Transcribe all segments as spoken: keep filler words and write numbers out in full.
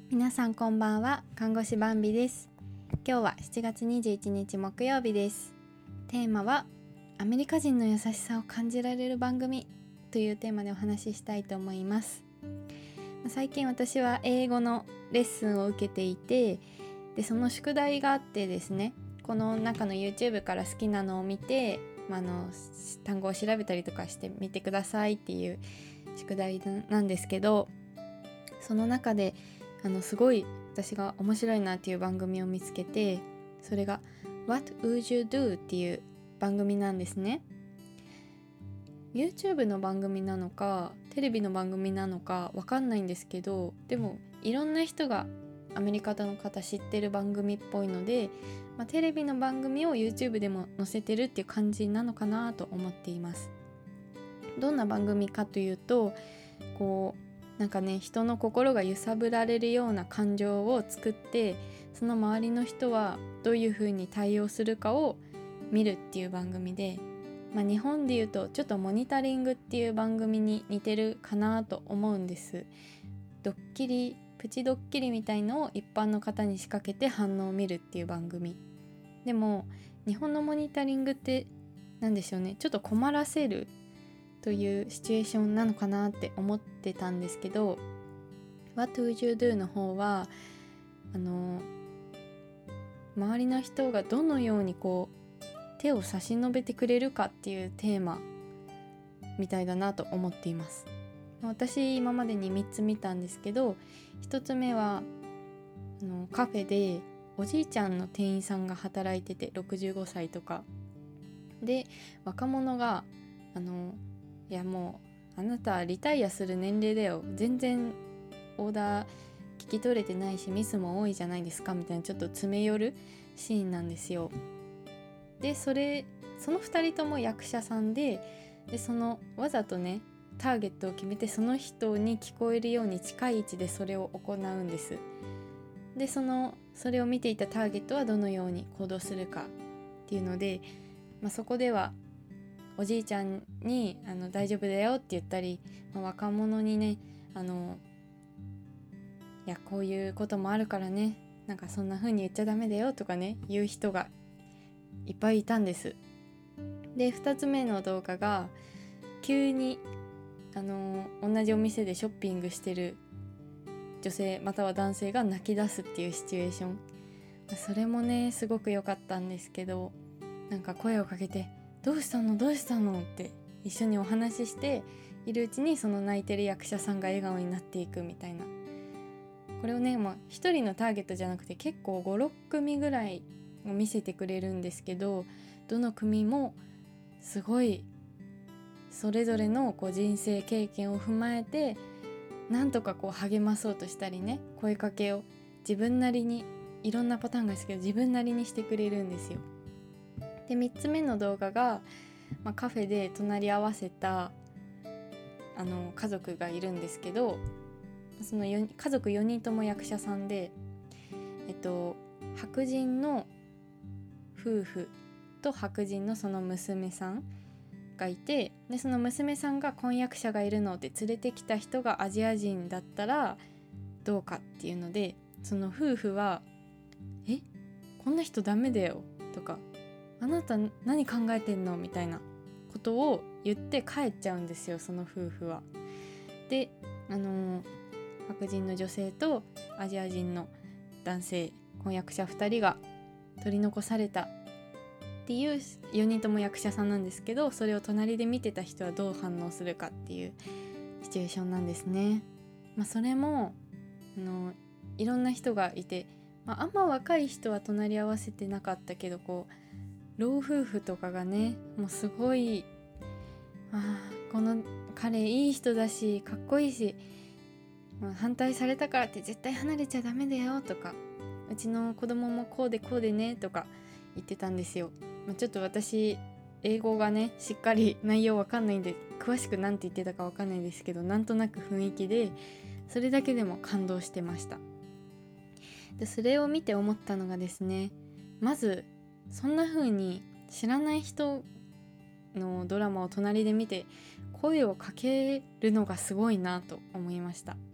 皆さんこんばんは。看護師バンビです。今日はしちがつにじゅういちにち木曜日です。テーマはアメリカ人の優しさを感じられる番組というテーマでお話ししたいと思います。最近私は英語のレッスンを受けていて、でその宿題があってですね、この中の YouTube から好きなのを見て、まあ、あの単語を調べたりとかしてみてくださいっていう宿題なんですけど、その中であのすごい私が面白いなっていう番組を見つけて、それが What Would You Do っていう番組なんですね。 YouTube の番組なのかテレビの番組なのかわかんないんですけど、でもいろんな人がアメリカの方知ってる番組っぽいので、まあ、テレビの番組を YouTube でも載せてるっていう感じなのかなと思っています。どんな番組かというと、こうなんかね、人の心が揺さぶられるような感情を作って、その周りの人はどういう風に対応するかを見るっていう番組で、まあ、日本でいうとちょっとモニタリングっていう番組に似てるかなと思うんです。ドッキリプチドッキリみたいのを一般の方に仕掛けて反応を見るっていう番組でも、日本のモニタリングって何でしょうね、ちょっと困らせるというシチュエーションなのかなって思ってたんですけど、 What would you do の方はあの周りの人がどのようにこう手を差し伸べてくれるかっていうテーマみたいだなと思っています。私今までにみっつ見たんですけど、ひとつめはあのカフェでおじいちゃんの店員さんが働いてて、ろくじゅうごさいとかで、若者があのいやもうあなたリタイアする年齢だよ、全然オーダー聞き取れてないしミスも多いじゃないですかみたいな、ちょっと詰め寄るシーンなんですよ。でそれそのふたりとも役者さんで、でそのわざとねターゲットを決めて、その人に聞こえるように近い位置でそれを行うんです。でそのそれを見ていたターゲットはどのように行動するかっていうので、まあ、そこではおじいちゃんにあの大丈夫だよって言ったり、まあ、若者にね、あのいやこういうこともあるからね、なんかそんな風に言っちゃダメだよとかね言う人がいっぱいいたんです。でふたつめの動画が急にあの同じお店でショッピングしてる女性または男性が泣き出すっていうシチュエーション、それもねすごく良かったんですけど、なんか声をかけてどうしたのどうしたのって一緒にお話ししているうちに、その泣いてる役者さんが笑顔になっていくみたいな。これをね、まあ、ひとりのターゲットじゃなくて結構ごろっくみぐらいを見せてくれるんですけど、どの組もすごいそれぞれのこう人生経験を踏まえて、なんとかこう励まそうとしたりね、声かけを自分なりに、いろんなパターンがですけど自分なりにしてくれるんですよ。でみっつめの動画が、まあ、カフェで隣り合わせたあの家族がいるんですけど、そのよ家族よにんとも役者さんで、えっと白人の夫婦と白人のその娘さんがいて、でその娘さんが婚約者がいるので連れてきた人がアジア人だったらどうかっていうので、その夫婦はえこんな人ダメだよとか、あなた何考えてんのみたいなことを言って帰っちゃうんですよ、その夫婦は。で、あのー、白人の女性とアジア人の男性婚約者ふたりが取り残されたっていうよにんとも役者さんなんですけど、それを隣で見てた人はどう反応するかっていうシチュエーションなんですね。まあ、それもあのいろんな人がいて、まあ、あんま若い人は隣り合わせてなかったけど、こう老夫婦とかがね、もうすごい、あこの彼いい人だしかっこいいし、まあ、反対されたからって絶対離れちゃダメだよとか、うちの子供もこうでこうでねとか言ってたんですよ。まあ、ちょっと私英語がねしっかり内容わかんないんで詳しく何て言ってたかわかんないですけど、なんとなく雰囲気でそれだけでも感動してました。でそれを見て思ったのがですね、まずそんな風に知らない人のドラマを隣で見て声をかけるのがすごいなと思いました。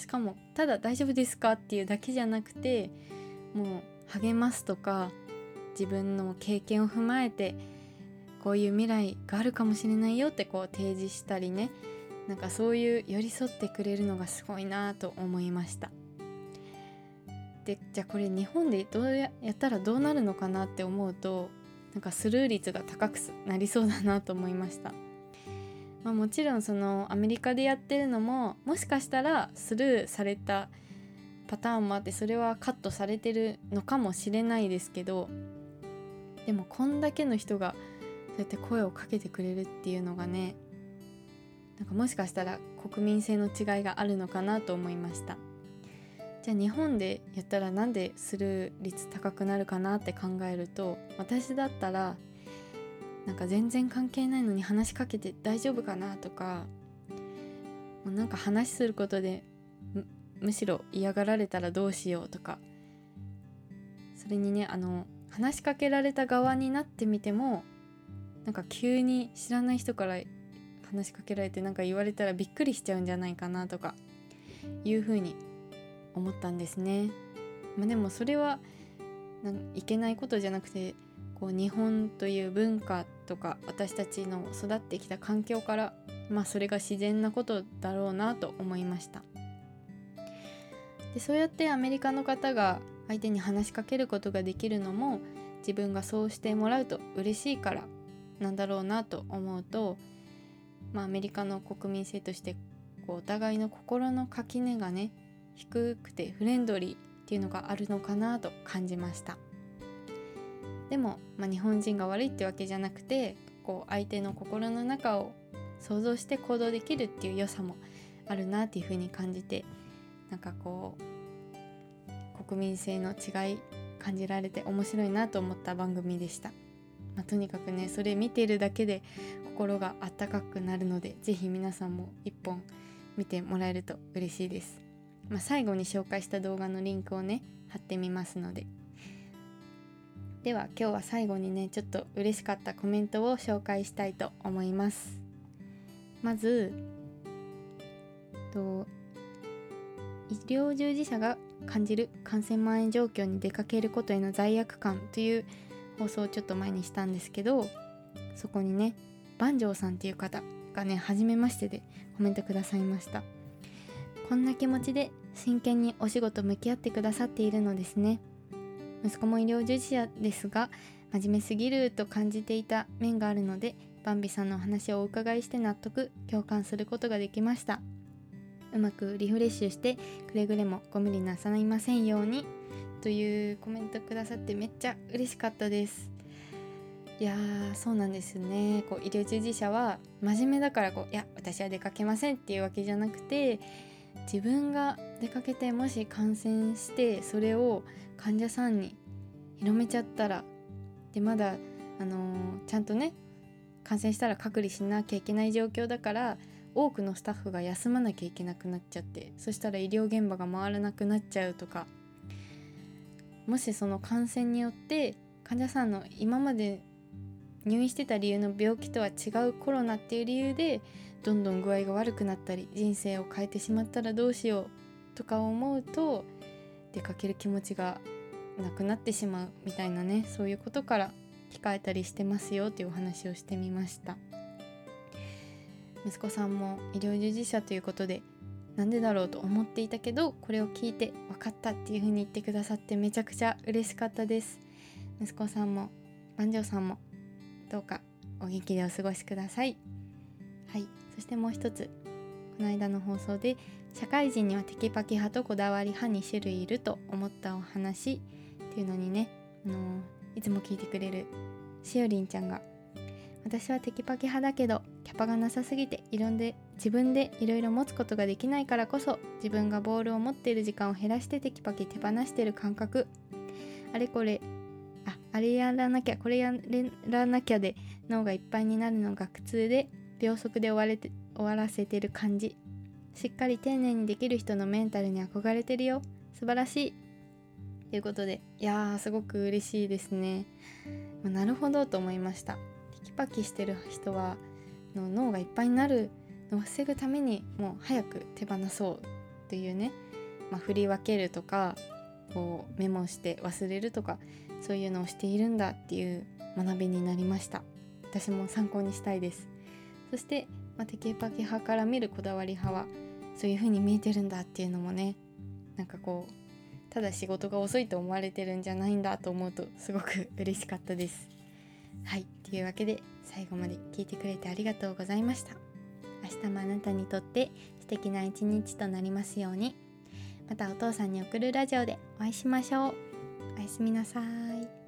しかもただ大丈夫ですかっていうだけじゃなくて、もう励ますとか自分の経験を踏まえてこういう未来があるかもしれないよってこう提示したりね、なんかそういう寄り添ってくれるのがすごいなと思いました。でじゃあこれ日本でどう や, やったらどうなるのかなって思うと、なんかスルー率が高くなりそうだなと思いました。まあ、もちろんそのアメリカでやってるのももしかしたらスルーされたパターンもあって、それはカットされてるのかもしれないですけど、でもこんだけの人がそうやって声をかけてくれるっていうのがね、なんかもしかしたら国民性の違いがあるのかなと思いました。じゃあ日本でやったらなんでスルー率高くなるかなって考えると、私だったらなんか全然関係ないのに話しかけて大丈夫かなとか、もうなんか話することで む, むしろ嫌がられたらどうしようとか、それにね、あの話しかけられた側になってみても、なんか急に知らない人から話しかけられてなんか言われたらびっくりしちゃうんじゃないかなとかいうふうに思ったんですね。まあ、でもそれはなんいけないことじゃなくて、こう日本という文化とか私たちの育ってきた環境から、まあそれが自然なことだろうなと思いました。でそうやってアメリカの方が相手に話しかけることができるのも、自分がそうしてもらうと嬉しいからなんだろうなと思うと、まあ、アメリカの国民性としてこうお互いの心の垣根がね低くてフレンドリーっていうのがあるのかなと感じました。でも、まあ、日本人が悪いってわけじゃなくて、こう相手の心の中を想像して行動できるっていう良さもあるなっていうふうに感じて、なんかこう国民性の違い感じられて面白いなと思った番組でした。まあ、とにかくね、それ見ているだけで心が温かくなるので、ぜひ皆さんも一本見てもらえると嬉しいです。まあ、最後に紹介した動画のリンクをね貼ってみますので。では今日は最後にね、ちょっと嬉しかったコメントを紹介したいと思います。まずと医療従事者が感じる感染蔓延状況に出かけることへの罪悪感という放送をちょっと前にしたんですけど、そこにね万丈さんっていう方がね初めましてでコメントくださいました。こんな気持ちで真剣にお仕事向き合ってくださっているのですね。息子も医療従事者ですが真面目すぎると感じていた面があるので、バンビさんのお話をお伺いして納得共感することができました。うまくリフレッシュしてくれぐれもご無理なさいませんようにというコメントくださってめっちゃ嬉しかったです。いやーそうなんですよね。こう医療従事者は真面目だからこういや私は出かけませんっていうわけじゃなくて、自分が出かけてもし感染してそれを患者さんに広めちゃったら、でまだ、あのー、ちゃんとね感染したら隔離しなきゃいけない状況だから、多くのスタッフが休まなきゃいけなくなっちゃって、そしたら医療現場が回らなくなっちゃうとか、もしその感染によって患者さんの今まで入院してた理由の病気とは違うコロナっていう理由でどんどん具合が悪くなったり人生を変えてしまったらどうしようとか思うと、出かける気持ちがなくなってしまうみたいなね、そういうことから控えたりしてますよというお話をしてみました。息子さんも医療従事者ということでなんでだろうと思っていたけど、これを聞いて分かったっていう風に言ってくださってめちゃくちゃ嬉しかったです。息子さんも万丈さんもどうかお元気でお過ごしください。はい、そしてもう一つ、この間の放送で社会人にはテキパキ派とこだわり派に種類いると思ったお話っていうのにね、あのー、いつも聞いてくれるしおりんちゃんが、私はテキパキ派だけどキャパがなさすぎていろんで自分でいろいろ持つことができないからこそ、自分がボールを持っている時間を減らしてテキパキ手放している感覚、あれこれああれやらなきゃこれやらなきゃで脳がいっぱいになるのが苦痛で秒速で終われて終わらせてる感じ、しっかり丁寧にできる人のメンタルに憧れてるよ、素晴らしいということで、いやーすごく嬉しいですね。まあ、なるほどと思いました。テキパキしてる人はの脳がいっぱいになるのを防ぐためにもう早く手放そうっというね、まあ、振り分けるとかこうメモして忘れるとかそういうのをしているんだっていう学びになりました。私も参考にしたいです。そして、まあ、テキパキ派から見るこだわり派はそういう風に見えてるんだっていうのもね、なんかこうただ仕事が遅いと思われてるんじゃないんだと思うとすごく嬉しかったです。はい、というわけで最後まで聞いてくれてありがとうございました。明日もあなたにとって素敵な一日となりますように。またお父さんに送るラジオでお会いしましょう。おやすみなさい。